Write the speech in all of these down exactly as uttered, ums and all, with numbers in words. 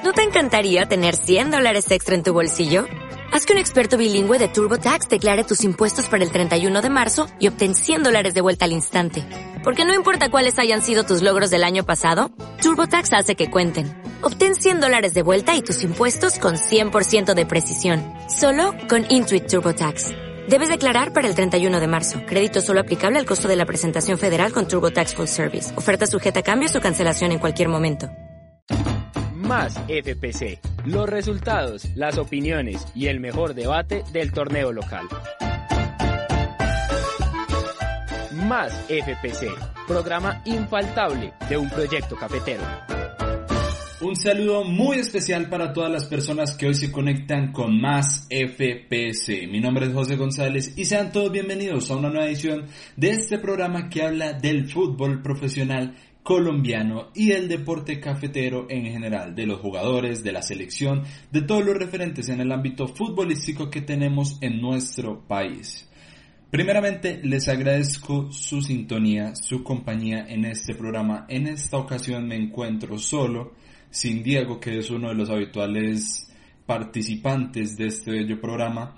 ¿No te encantaría tener cien dólares extra en tu bolsillo? Haz que un experto bilingüe de TurboTax declare tus impuestos para el treinta y uno de marzo y obtén cien dólares de vuelta al instante. Porque no importa cuáles hayan sido tus logros del año pasado, TurboTax hace que cuenten. Obtén cien dólares de vuelta y tus impuestos con cien por ciento de precisión. Solo con Intuit TurboTax. Debes declarar para el treinta y uno de marzo. Crédito solo aplicable al costo de la presentación federal con TurboTax Full Service. Oferta sujeta a cambios o cancelación en cualquier momento. Más F P C, los resultados, las opiniones y el mejor debate del torneo local. Más F P C, programa infaltable de un proyecto cafetero. Un saludo muy especial para todas las personas que hoy se conectan con Más F P C. Mi nombre es José González y sean todos bienvenidos a una nueva edición de este programa que habla del fútbol profesional colombiano y el deporte cafetero en general, de los jugadores, de la selección, de todos los referentes en el ámbito futbolístico que tenemos en nuestro país. Primeramente, les agradezco su sintonía, su compañía en este programa. En esta ocasión me encuentro solo, sin Diego, que es uno de los habituales participantes de este bello programa.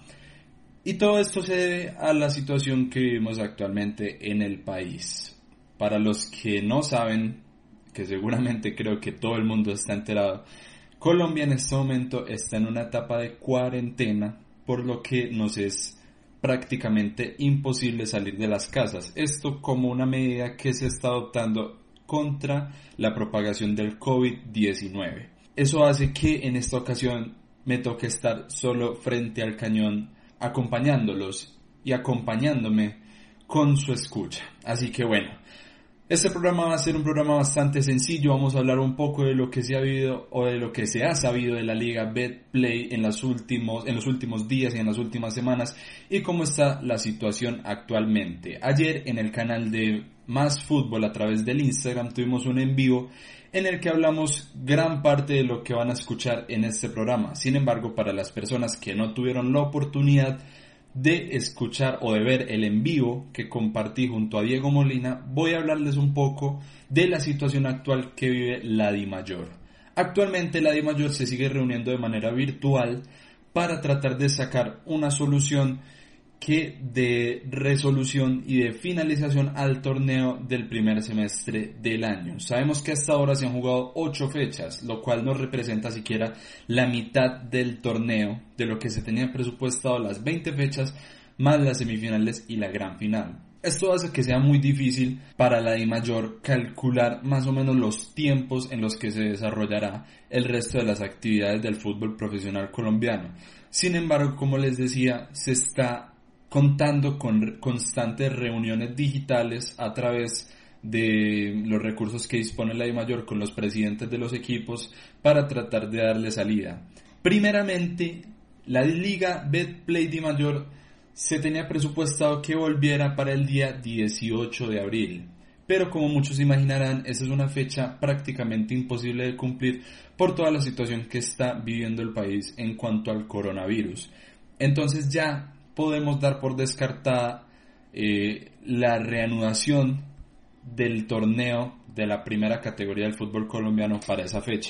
Y todo esto se debe a la situación que vivimos actualmente en el país. Para los que no saben, que seguramente creo que todo el mundo está enterado, Colombia en este momento está en una etapa de cuarentena, por lo que nos es prácticamente imposible salir de las casas. Esto como una medida que se está adoptando contra la propagación del covid diecinueve. Eso hace que en esta ocasión me toque estar solo frente al cañón, acompañándolos y acompañándome con su escucha. Así que bueno, este programa va a ser un programa bastante sencillo. Vamos a hablar un poco de lo que se ha vivido o de lo que se ha sabido de la Liga Betplay en los últimos, en los últimos días y en las últimas semanas y cómo está la situación actualmente. Ayer en el canal de Más Fútbol a través del Instagram tuvimos un en vivo en el que hablamos gran parte de lo que van a escuchar en este programa. Sin embargo, para las personas que no tuvieron la oportunidad de escuchar o de ver el en vivo que compartí junto a Diego Molina, voy a hablarles un poco de la situación actual que vive la DIMAYOR. Actualmente la DIMAYOR se sigue reuniendo de manera virtual para tratar de sacar una solución que de resolución y de finalización al torneo del primer semestre del año. Sabemos que hasta ahora se han jugado ocho fechas, lo cual no representa siquiera la mitad del torneo de lo que se tenía presupuestado, las veinte fechas más las semifinales y la gran final. Esto hace que sea muy difícil para la DIMAYOR calcular más o menos los tiempos en los que se desarrollará el resto de las actividades del fútbol profesional colombiano. Sin embargo, como les decía, se está contando con constantes reuniones digitales a través de los recursos que dispone la DIMAYOR con los presidentes de los equipos para tratar de darle salida. Primeramente, la Liga Betplay DIMAYOR se tenía presupuestado que volviera para el día dieciocho de abril, pero como muchos imaginarán, esa es una fecha prácticamente imposible de cumplir por toda la situación que está viviendo el país en cuanto al coronavirus. Entonces ya podemos dar por descartada eh, la reanudación del torneo de la primera categoría del fútbol colombiano para esa fecha.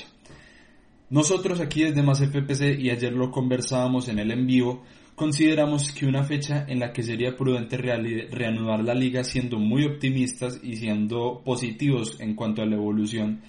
Nosotros aquí desde Más F P C, y ayer lo conversábamos en el en vivo, consideramos que una fecha en la que sería prudente reali- reanudar la liga, siendo muy optimistas y siendo positivos en cuanto a la evolución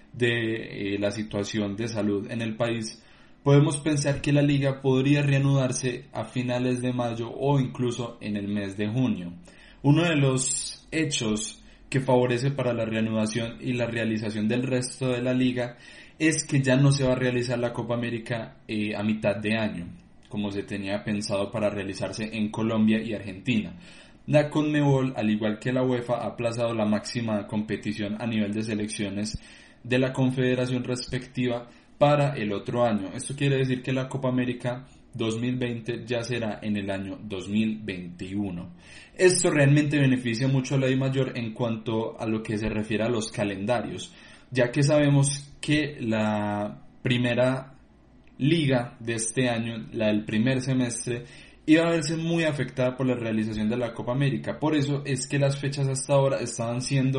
de eh, la situación de salud en el país, podemos pensar que la liga podría reanudarse a finales de mayo o incluso en el mes de junio. Uno de los hechos que favorece para la reanudación y la realización del resto de la liga es que ya no se va a realizar la Copa América eh, a mitad de año, como se tenía pensado para realizarse en Colombia y Argentina. La Conmebol, al igual que la UEFA, ha aplazado la máxima competición a nivel de selecciones de la confederación respectiva para el otro año. Esto quiere decir que la Copa América dos mil veinte ya será en el año dos mil veintiuno. Esto realmente beneficia mucho a la DIMAYOR en cuanto a lo que se refiere a los calendarios, ya que sabemos que la primera liga de este año, la del primer semestre, iba a verse muy afectada por la realización de la Copa América. Por eso es que las fechas hasta ahora estaban siendo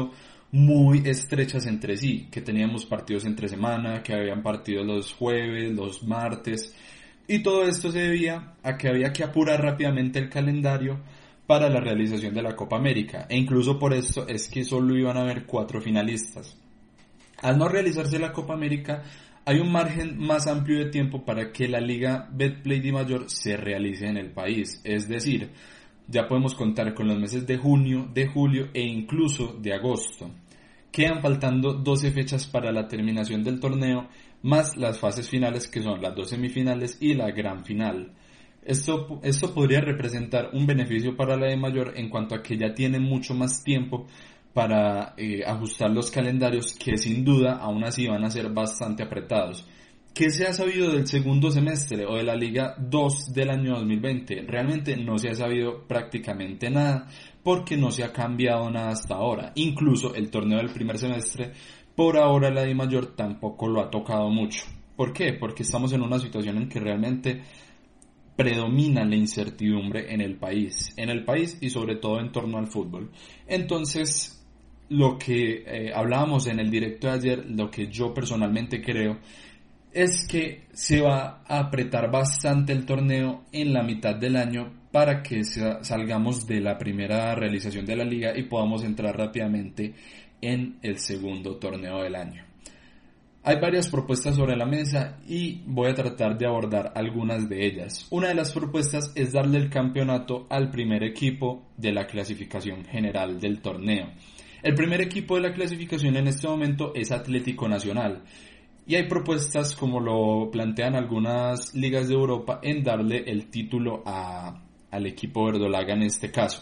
muy estrechas entre sí, que teníamos partidos entre semana, que habían partidos los jueves, los martes, y todo esto se debía a que había que apurar rápidamente el calendario para la realización de la Copa América, e incluso por esto es que solo iban a haber cuatro finalistas. Al no realizarse la Copa América, hay un margen más amplio de tiempo para que la Liga Betplay Dimayor se realice en el país, es decir, ya podemos contar con los meses de junio, de julio e incluso de agosto. Quedan faltando doce fechas para la terminación del torneo, más las fases finales que son las dos semifinales y la gran final. Esto, esto podría representar un beneficio para la Dimayor en cuanto a que ya tiene mucho más tiempo para eh, ajustar los calendarios, que sin duda aún así van a ser bastante apretados. ¿Qué se ha sabido del segundo semestre o de la Liga dos del año dos mil veinte? Realmente no se ha sabido prácticamente nada, porque no se ha cambiado nada hasta ahora. Incluso el torneo del primer semestre, por ahora la Dimayor tampoco lo ha tocado mucho. ¿Por qué? Porque estamos en una situación en que realmente predomina la incertidumbre en el país, en el país y sobre todo en torno al fútbol. Entonces, lo que eh, hablábamos en el directo de ayer, lo que yo personalmente creo, es que se va a apretar bastante el torneo en la mitad del año para que salgamos de la primera realización de la liga y podamos entrar rápidamente en el segundo torneo del año. Hay varias propuestas sobre la mesa y voy a tratar de abordar algunas de ellas. Una de las propuestas es darle el campeonato al primer equipo de la clasificación general del torneo. El primer equipo de la clasificación en este momento es Atlético Nacional. Y hay propuestas, como lo plantean algunas ligas de Europa, en darle el título a, al equipo verdolaga en este caso.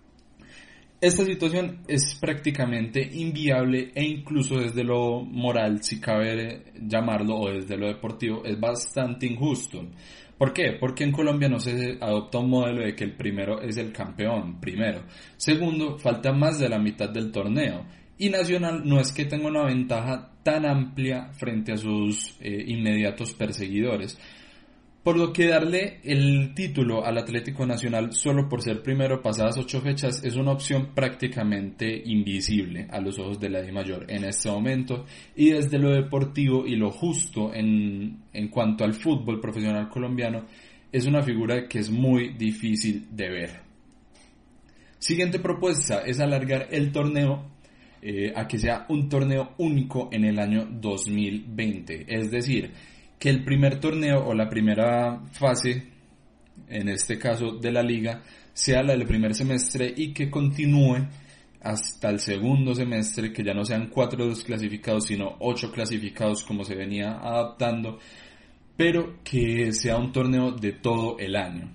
Esta situación es prácticamente inviable e incluso desde lo moral, si cabe llamarlo, o desde lo deportivo, es bastante injusto. ¿Por qué? Porque en Colombia no se adopta un modelo de que el primero es el campeón, primero. Segundo, falta más de la mitad del torneo. Y Nacional no es que tenga una ventaja tan amplia frente a sus eh, inmediatos perseguidores, por lo que darle el título al Atlético Nacional solo por ser primero pasadas ocho fechas es una opción prácticamente invisible a los ojos de la Dimayor en este momento, y desde lo deportivo y lo justo en, en cuanto al fútbol profesional colombiano es una figura que es muy difícil de ver. Siguiente propuesta es alargar el torneo Eh, a que sea un torneo único en el año dos mil veinte, es decir, que el primer torneo o la primera fase, en este caso de la liga, sea la del primer semestre y que continúe hasta el segundo semestre, que ya no sean cuatro los clasificados sino ocho clasificados como se venía adaptando, pero que sea un torneo de todo el año.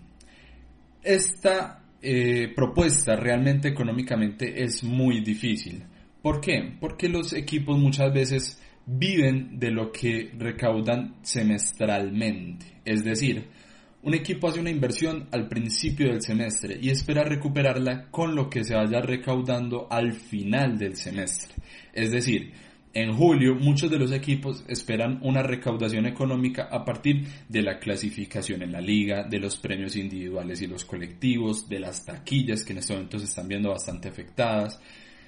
Esta eh, propuesta realmente económicamente es muy difícil. ¿Por qué? Porque los equipos muchas veces viven de lo que recaudan semestralmente. Es decir, un equipo hace una inversión al principio del semestre y espera recuperarla con lo que se vaya recaudando al final del semestre. Es decir, en julio muchos de los equipos esperan una recaudación económica a partir de la clasificación en la liga, de los premios individuales y los colectivos, de las taquillas que en estos momentos se están viendo bastante afectadas,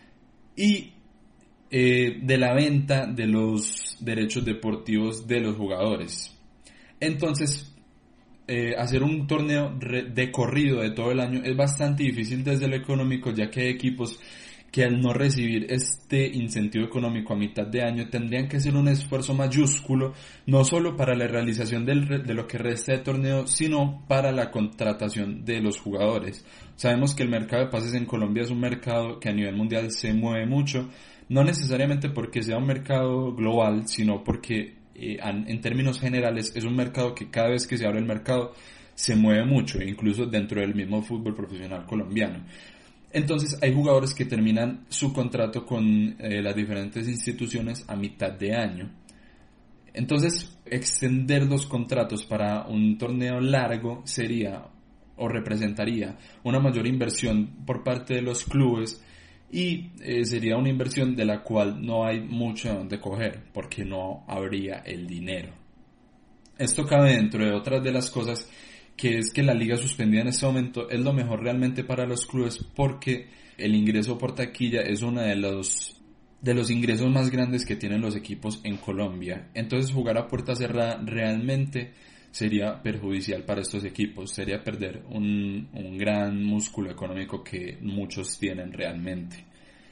y eh, de la venta de los derechos deportivos de los jugadores. Entonces, eh, hacer un torneo re- de corrido de todo el año es bastante difícil desde lo económico, ya que hay equipos que al no recibir este incentivo económico a mitad de año tendrían que hacer un esfuerzo mayúsculo, no solo para la realización del re- de lo que resta de torneo, sino para la contratación de los jugadores. Sabemos que el mercado de pases en Colombia es un mercado que a nivel mundial se mueve mucho, no necesariamente porque sea un mercado global, sino porque eh, en términos generales es un mercado que cada vez que se abre el mercado se mueve mucho, incluso dentro del mismo fútbol profesional colombiano. Entonces hay jugadores que terminan su contrato con eh, las diferentes instituciones a mitad de año. Entonces extender los contratos para un torneo largo sería o representaría una mayor inversión por parte de los clubes y eh, sería una inversión de la cual no hay mucho de dónde coger porque no habría el dinero. Esto cabe dentro de otras de las cosas, que es que la liga suspendida en este momento es lo mejor realmente para los clubes, porque el ingreso por taquilla es uno de los de los ingresos más grandes que tienen los equipos en Colombia. Entonces jugar a puerta cerrada realmente sería perjudicial para estos equipos, sería perder un, un gran músculo económico que muchos tienen realmente.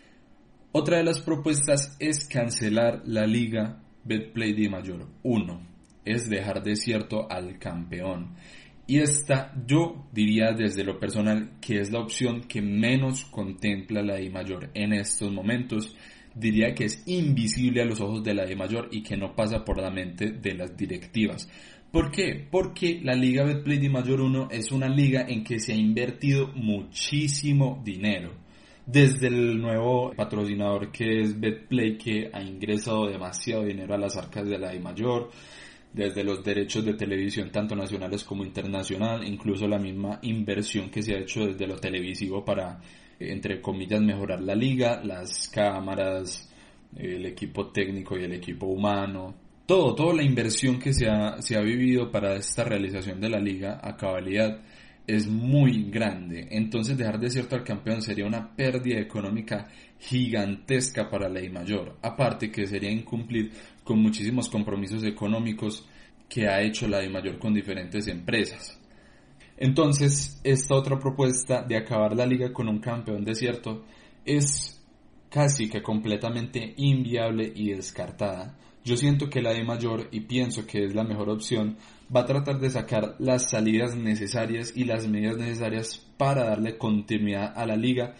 Otra de las propuestas es cancelar la liga Betplay Dimayor uno, es dejar desierto al campeón. Y esta yo diría desde lo personal que es la opción que menos contempla la Dimayor en estos momentos. Diría que es invisible a los ojos de la Dimayor y que no pasa por la mente de las directivas. ¿Por qué? Porque la Liga Betplay Dimayor uno es una liga en que se ha invertido muchísimo dinero. Desde el nuevo patrocinador que es Betplay, que ha ingresado demasiado dinero a las arcas de la Dimayor, desde los derechos de televisión tanto nacionales como internacional, incluso la misma inversión que se ha hecho desde lo televisivo para, entre comillas, mejorar la liga, las cámaras, el equipo técnico y el equipo humano, todo, toda la inversión que se ha, se ha vivido para esta realización de la liga a cabalidad es muy grande. Entonces dejar desierto al campeón sería una pérdida económica gigantesca para la Dimayor, aparte que sería incumplir con muchísimos compromisos económicos que ha hecho la Dimayor con diferentes empresas. Entonces, esta otra propuesta de acabar la liga con un campeón desierto es casi que completamente inviable y descartada. Yo siento que la Dimayor, y pienso que es la mejor opción, va a tratar de sacar las salidas necesarias y las medidas necesarias para darle continuidad a la liga,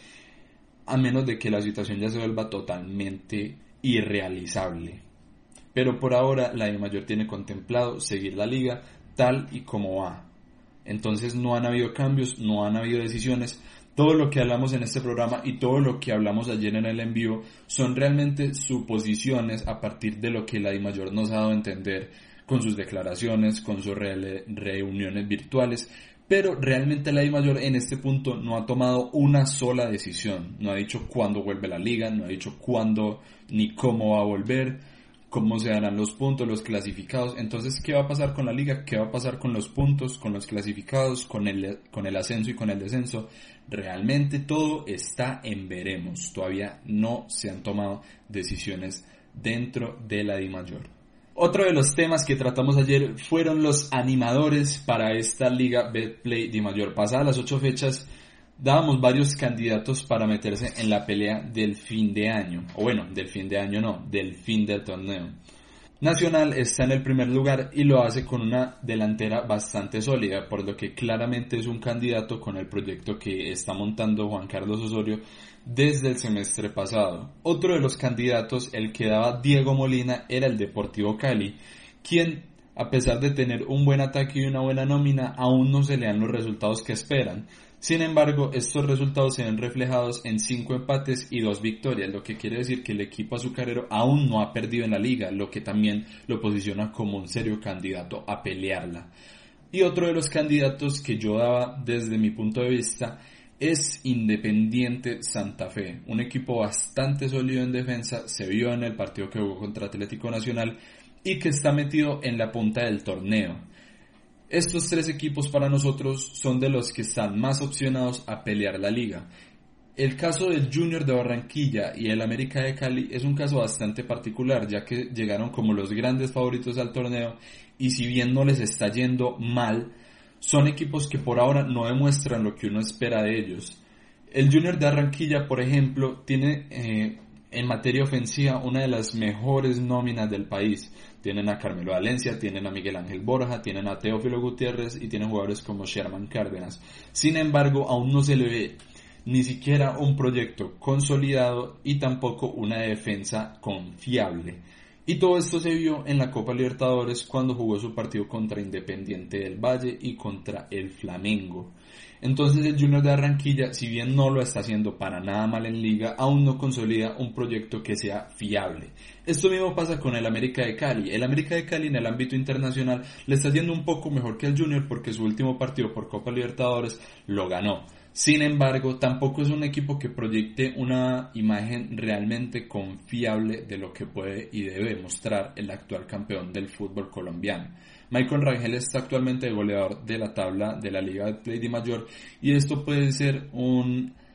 a menos de que la situación ya se vuelva totalmente irrealizable. Pero por ahora la Dimayor tiene contemplado seguir la liga tal y como va. Entonces no han habido cambios, no han habido decisiones. Todo lo que hablamos en este programa y todo lo que hablamos ayer en el envío son realmente suposiciones a partir de lo que la Dimayor nos ha dado a entender con sus declaraciones, con sus re- reuniones virtuales, pero realmente la Dimayor en este punto no ha tomado una sola decisión, no ha dicho cuándo vuelve la liga, no ha dicho cuándo ni cómo va a volver, cómo se darán los puntos, los clasificados. Entonces, ¿qué va a pasar con la liga? ¿Qué va a pasar con los puntos, con los clasificados, con el, con el ascenso y con el descenso? Realmente todo está en veremos, todavía no se han tomado decisiones dentro de la Dimayor. Otro de los temas que tratamos ayer fueron los animadores para esta liga Betplay Dimayor. Pasadas las ocho fechas, dábamos varios candidatos para meterse en la pelea del fin de año. O bueno, del fin de año no, del fin del torneo. Nacional está en el primer lugar y lo hace con una delantera bastante sólida, por lo que claramente es un candidato con el proyecto que está montando Juan Carlos Osorio desde el semestre pasado. Otro de los candidatos, el que daba Diego Molina, era el Deportivo Cali, quien, a pesar de tener un buen ataque y una buena nómina, aún no se le dan los resultados que esperan. Sin embargo, estos resultados se ven reflejados en cinco empates y dos victorias, lo que quiere decir que el equipo azucarero aún no ha perdido en la liga, lo que también lo posiciona como un serio candidato a pelearla. Y otro de los candidatos que yo daba desde mi punto de vista es Independiente Santa Fe, un equipo bastante sólido en defensa, se vio en el partido que jugó contra Atlético Nacional y que está metido en la punta del torneo. Estos tres equipos para nosotros son de los que están más opcionados a pelear la liga. El caso del Junior de Barranquilla y el América de Cali es un caso bastante particular, ya que llegaron como los grandes favoritos al torneo y si bien no les está yendo mal, son equipos que por ahora no demuestran lo que uno espera de ellos. El Junior de Barranquilla, por ejemplo, tiene eh, en materia ofensiva una de las mejores nóminas del país. Tienen a Carmelo Valencia, tienen a Miguel Ángel Borja, tienen a Teófilo Gutiérrez y tienen jugadores como Sherman Cárdenas. Sin embargo, aún no se le ve ni siquiera un proyecto consolidado y tampoco una defensa confiable. Y todo esto se vio en la Copa Libertadores cuando jugó su partido contra Independiente del Valle y contra el Flamengo. Entonces el Junior de Barranquilla, si bien no lo está haciendo para nada mal en liga, aún no consolida un proyecto que sea fiable. Esto mismo pasa con el América de Cali. El América de Cali en el ámbito internacional le está yendo un poco mejor que el Junior porque su último partido por Copa Libertadores lo ganó. Sin embargo, tampoco es un equipo que proyecte una imagen realmente confiable de lo que puede y debe mostrar el actual campeón del fútbol colombiano. Michael Rangel está actualmente el goleador de la tabla de la Liga Betplay Dimayor y esto puede ser un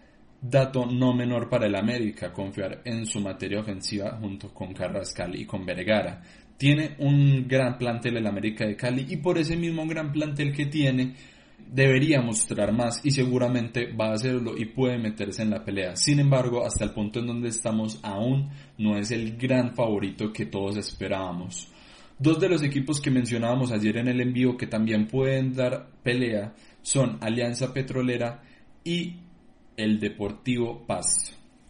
Dato no menor para el América, confiar en su materia ofensiva junto con Carrascal y con Vergara. Tiene un gran plantel el América de Cali y por ese mismo gran plantel que tiene debería mostrar más y seguramente va a hacerlo y puede meterse en la pelea. Sin embargo, hasta el punto en donde estamos aún no es el gran favorito que todos esperábamos. Dos de los equipos que mencionábamos ayer en el envío que también pueden dar pelea son Alianza Petrolera y el Deportivo Pasto.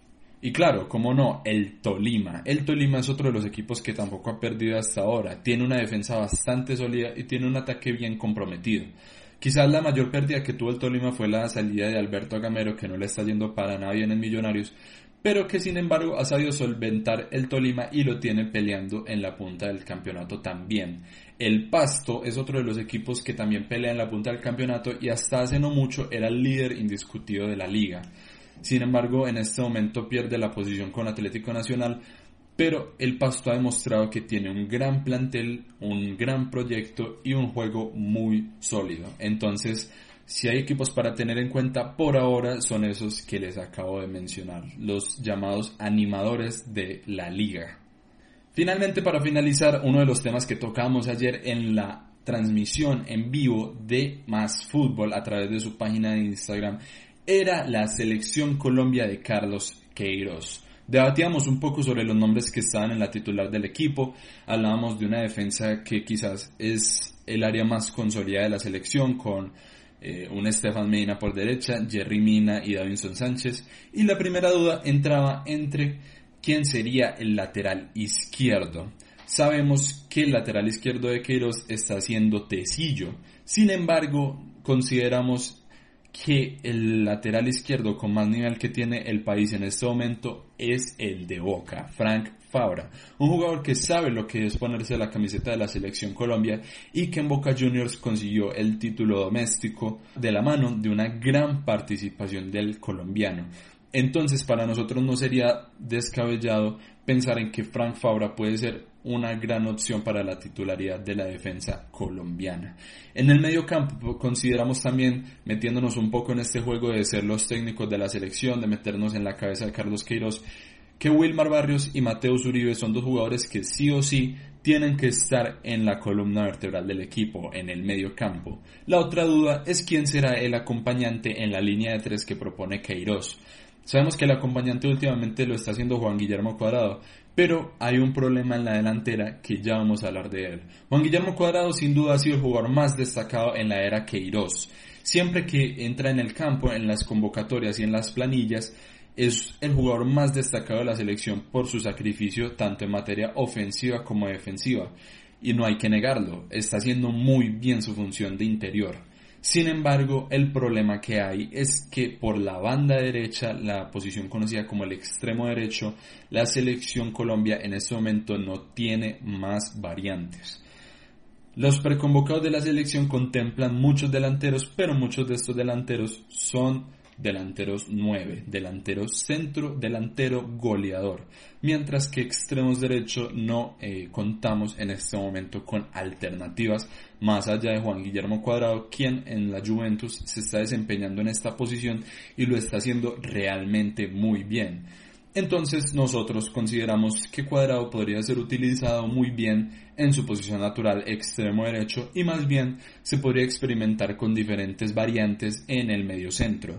Y claro, como no, el Tolima. El Tolima es otro de los equipos que tampoco ha perdido hasta ahora. Tiene una defensa bastante sólida y tiene un ataque bien comprometido. Quizás la mayor pérdida que tuvo el Tolima fue la salida de Alberto Gamero, que no le está yendo para nada bien en Millonarios, pero que sin embargo ha sabido solventar el Tolima y lo tiene peleando en la punta del campeonato también. El Pasto es otro de los equipos que también pelea en la punta del campeonato y hasta hace no mucho era el líder indiscutido de la liga. Sin embargo, en este momento pierde la posición con Atlético Nacional, pero el Pasto ha demostrado que tiene un gran plantel, un gran proyecto y un juego muy sólido. Entonces, si hay equipos para tener en cuenta por ahora son esos que les acabo de mencionar, los llamados animadores de la liga. Finalmente, para finalizar, uno de los temas que tocamos ayer en la transmisión en vivo de Más Fútbol a través de su página de Instagram era la Selección Colombia de Carlos Queiroz. Debatíamos un poco sobre los nombres que estaban en la titular del equipo, hablábamos de una defensa que quizás es el área más consolidada de la selección con eh, un Estefan Medina por derecha, Jerry Mina y Davinson Sánchez, y la primera duda entraba entre quién sería el lateral izquierdo. Sabemos que el lateral izquierdo de Queiroz está siendo Tecillo, sin embargo consideramos que el lateral izquierdo con más nivel que tiene el país en este momento es el de Boca, Frank Fabra, un jugador que sabe lo que es ponerse la camiseta de la Selección Colombia y que en Boca Juniors consiguió el título doméstico de la mano de una gran participación del colombiano. Entonces para nosotros no sería descabellado pensar en que Frank Fabra puede ser una gran opción para la titularidad de la defensa colombiana. En el medio campo consideramos también, metiéndonos un poco en este juego de ser los técnicos de la selección, de meternos en la cabeza de Carlos Queiroz, que Wilmar Barrios y Mateus Uribe son dos jugadores que sí o sí tienen que estar en la columna vertebral del equipo, en el medio campo. La otra duda es quién será el acompañante en la línea de tres que propone Queiroz. Sabemos que el acompañante últimamente lo está haciendo Juan Guillermo Cuadrado, pero hay un problema en la delantera que ya vamos a hablar de él. Juan Guillermo Cuadrado sin duda ha sido el jugador más destacado en la era Queiroz. Siempre que entra en el campo, en las convocatorias y en las planillas, es el jugador más destacado de la selección por su sacrificio tanto en materia ofensiva como defensiva. Y no hay que negarlo, está haciendo muy bien su función de interior. Sin embargo, el problema que hay es que por la banda derecha, la posición conocida como el extremo derecho, la selección Colombia en este momento no tiene más variantes. Los preconvocados de la selección contemplan muchos delanteros, pero muchos de estos delanteros son delanteros nueve, delanteros centro, delantero goleador, mientras que extremos derecho no eh, contamos en este momento con alternativas más allá de Juan Guillermo Cuadrado, quien en la Juventus se está desempeñando en esta posición y lo está haciendo realmente muy bien. Entonces nosotros consideramos que Cuadrado podría ser utilizado muy bien en su posición natural extremo derecho y más bien se podría experimentar con diferentes variantes en el mediocentro.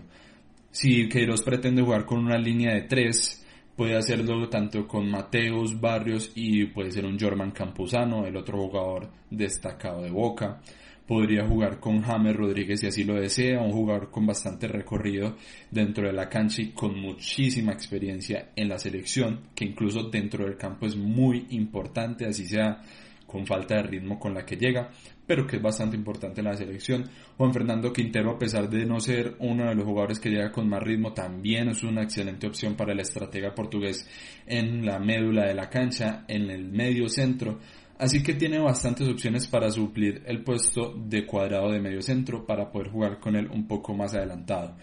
Si Queiroz pretende jugar con una línea de tres, puede hacerlo tanto con Mateus, Barrios y puede ser un Jorman Campuzano, el otro jugador destacado de Boca. Podría jugar con James Rodríguez si así lo desea, un jugador con bastante recorrido dentro de la cancha y con muchísima experiencia en la selección, que incluso dentro del campo es muy importante, así sea con falta de ritmo con la que llega, pero que es bastante importante en la selección. Juan Fernando Quintero, a pesar de no ser uno de los jugadores que llega con más ritmo, también es una excelente opción para el estratega portugués en la médula de la cancha, en el medio centro. Así que tiene bastantes opciones para suplir el puesto de Cuadrado de medio centro para poder jugar con él un poco más adelantado.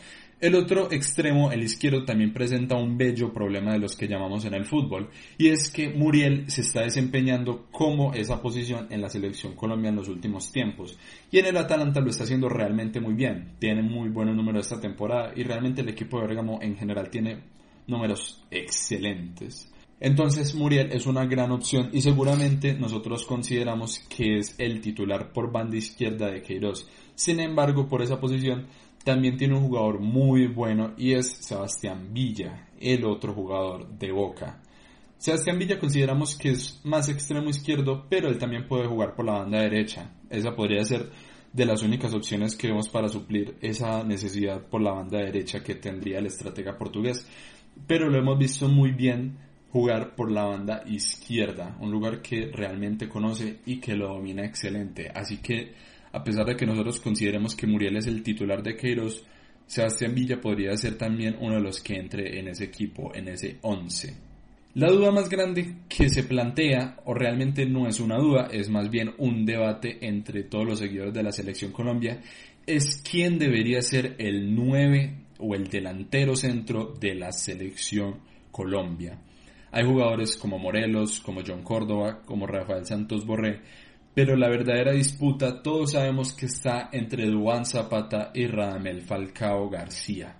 El otro extremo, el izquierdo, también presenta un bello problema de los que llamamos en el fútbol, y es que Muriel se está desempeñando como esa posición en la selección Colombia en los últimos tiempos, y en el Atalanta lo está haciendo realmente muy bien, tiene muy buenos números esta temporada, y realmente el equipo de Bergamo en general tiene números excelentes. Entonces Muriel es una gran opción y seguramente nosotros consideramos que es el titular por banda izquierda de Queiroz. Sin embargo, por esa posición también tiene un jugador muy bueno y es Sebastián Villa, el otro jugador de Boca. Sebastián Villa consideramos que es más extremo izquierdo, pero él también puede jugar por la banda derecha. Esa podría ser de las únicas opciones que vemos para suplir esa necesidad por la banda derecha que tendría el estratega portugués. Pero lo hemos visto muy bien jugar por la banda izquierda, un lugar que realmente conoce y que lo domina excelente. Así que, a pesar de que nosotros consideremos que Muriel es el titular de Queiroz, Sebastián Villa podría ser también uno de los que entre en ese equipo, en ese once. La duda más grande que se plantea, o realmente no es una duda, es más bien un debate entre todos los seguidores de la Selección Colombia, es quién debería ser el nueve o el delantero centro de la Selección Colombia. Hay jugadores como Morelos, como John Córdoba, como Rafael Santos Borré, pero la verdadera disputa todos sabemos que está entre Duván Zapata y Radamel Falcao García.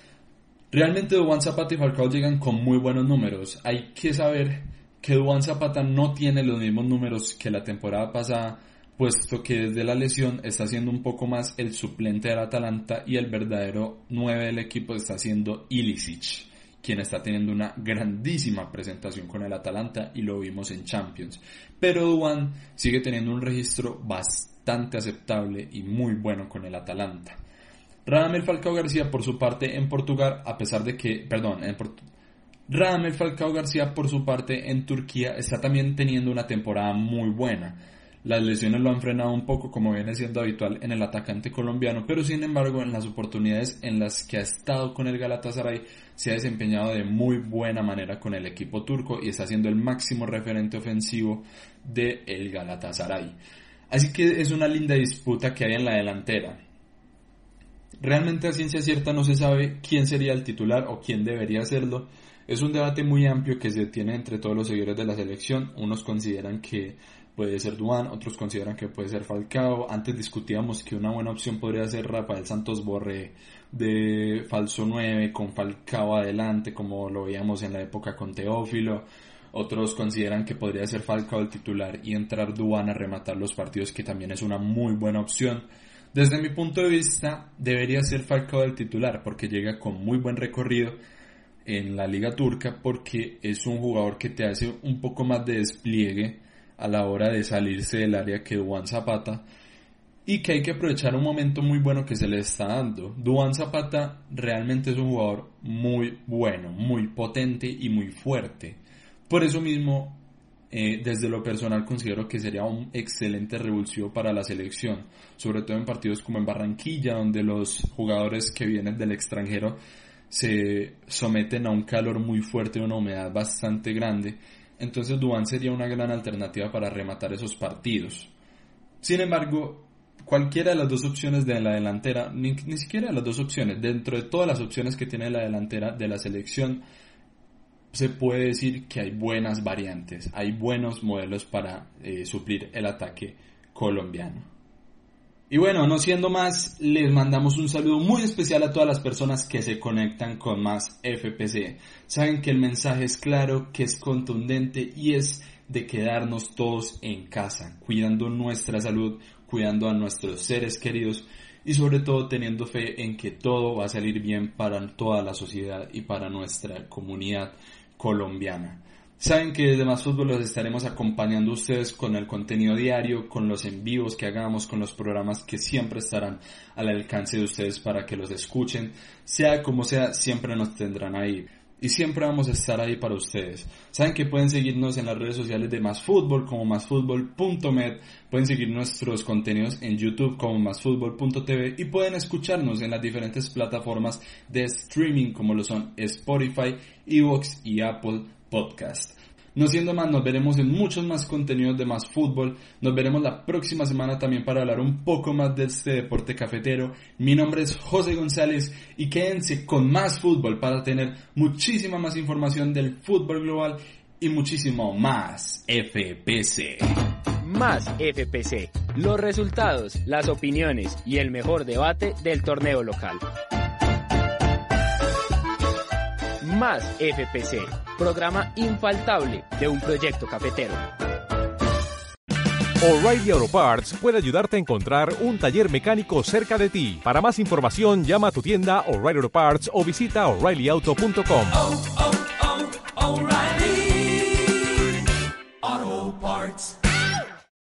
Realmente Duván Zapata y Falcao llegan con muy buenos números. Hay que saber que Duván Zapata no tiene los mismos números que la temporada pasada, puesto que desde la lesión está siendo un poco más el suplente del Atalanta y el verdadero nueve del equipo está siendo Ilicic, quien está teniendo una grandísima presentación con el Atalanta y lo vimos en Champions. Pero Duván sigue teniendo un registro bastante aceptable y muy bueno con el Atalanta. Radamel Falcao García por su parte en Portugal, a pesar de que, perdón, en Port- Radamel Falcao García por su parte en Turquía está también teniendo una temporada muy buena. Las lesiones lo han frenado un poco, como viene siendo habitual en el atacante colombiano, pero sin embargo en las oportunidades en las que ha estado con el Galatasaray se ha desempeñado de muy buena manera con el equipo turco y está siendo el máximo referente ofensivo del Galatasaray. Así que es una linda disputa que hay en la delantera. Realmente a ciencia cierta no se sabe quién sería el titular o quién debería hacerlo. Es un debate muy amplio que se tiene entre todos los seguidores de la selección. Unos consideran que puede ser Duván, otros consideran que puede ser Falcao. Antes discutíamos que una buena opción podría ser Rafael Santos Borré de falso nueve con Falcao adelante, como lo veíamos en la época con Teófilo. Otros consideran que podría ser Falcao el titular y entrar Duván a rematar los partidos, que también es una muy buena opción. Desde mi punto de vista, debería ser Falcao el titular porque llega con muy buen recorrido en la liga turca, porque es un jugador que te hace un poco más de despliegue a la hora de salirse del área que Duván Zapata, y que hay que aprovechar un momento muy bueno que se le está dando. Duván Zapata realmente es un jugador muy bueno, muy potente y muy fuerte. Por eso mismo, eh, desde lo personal considero que sería un excelente revulsivo para la selección, sobre todo en partidos como en Barranquilla, donde los jugadores que vienen del extranjero se someten a un calor muy fuerte y una humedad bastante grande. Entonces Duván sería una gran alternativa para rematar esos partidos. Sin embargo, cualquiera de las dos opciones de la delantera, ni, ni siquiera de las dos opciones, dentro de todas las opciones que tiene la delantera de la selección, se puede decir que hay buenas variantes, hay buenos modelos para eh, suplir el ataque colombiano. Y bueno, no siendo más, les mandamos un saludo muy especial a todas las personas que se conectan con Más F P C. Saben que el mensaje es claro, que es contundente y es de quedarnos todos en casa, cuidando nuestra salud, cuidando a nuestros seres queridos y sobre todo teniendo fe en que todo va a salir bien para toda la sociedad y para nuestra comunidad colombiana. Saben que desde Más Fútbol los estaremos acompañando a ustedes con el contenido diario, con los en vivos que hagamos, con los programas que siempre estarán al alcance de ustedes para que los escuchen. Sea como sea, siempre nos tendrán ahí. Y siempre vamos a estar ahí para ustedes. Saben que pueden seguirnos en las redes sociales de Más Fútbol como masfutbol punto net. Pueden seguir nuestros contenidos en YouTube como masfutbol punto tv y pueden escucharnos en las diferentes plataformas de streaming como lo son Spotify, Evox y Apple Podcast. No siendo más, nos veremos en muchos más contenidos de más fútbol. Nos veremos la próxima semana también para hablar un poco más de este deporte cafetero. Mi nombre es José González y quédense con más fútbol para tener muchísima más información del fútbol global y muchísimo más F P C. Más F P C, los resultados, las opiniones y el mejor debate del torneo local. Más F P C, programa infaltable de un proyecto cafetero. O'Reilly Auto Parts puede ayudarte a encontrar un taller mecánico cerca de ti. Para más información, llama a tu tienda O'Reilly Auto Parts o visita O'Reilly Auto punto com. Oh, oh, oh, O'Reilly.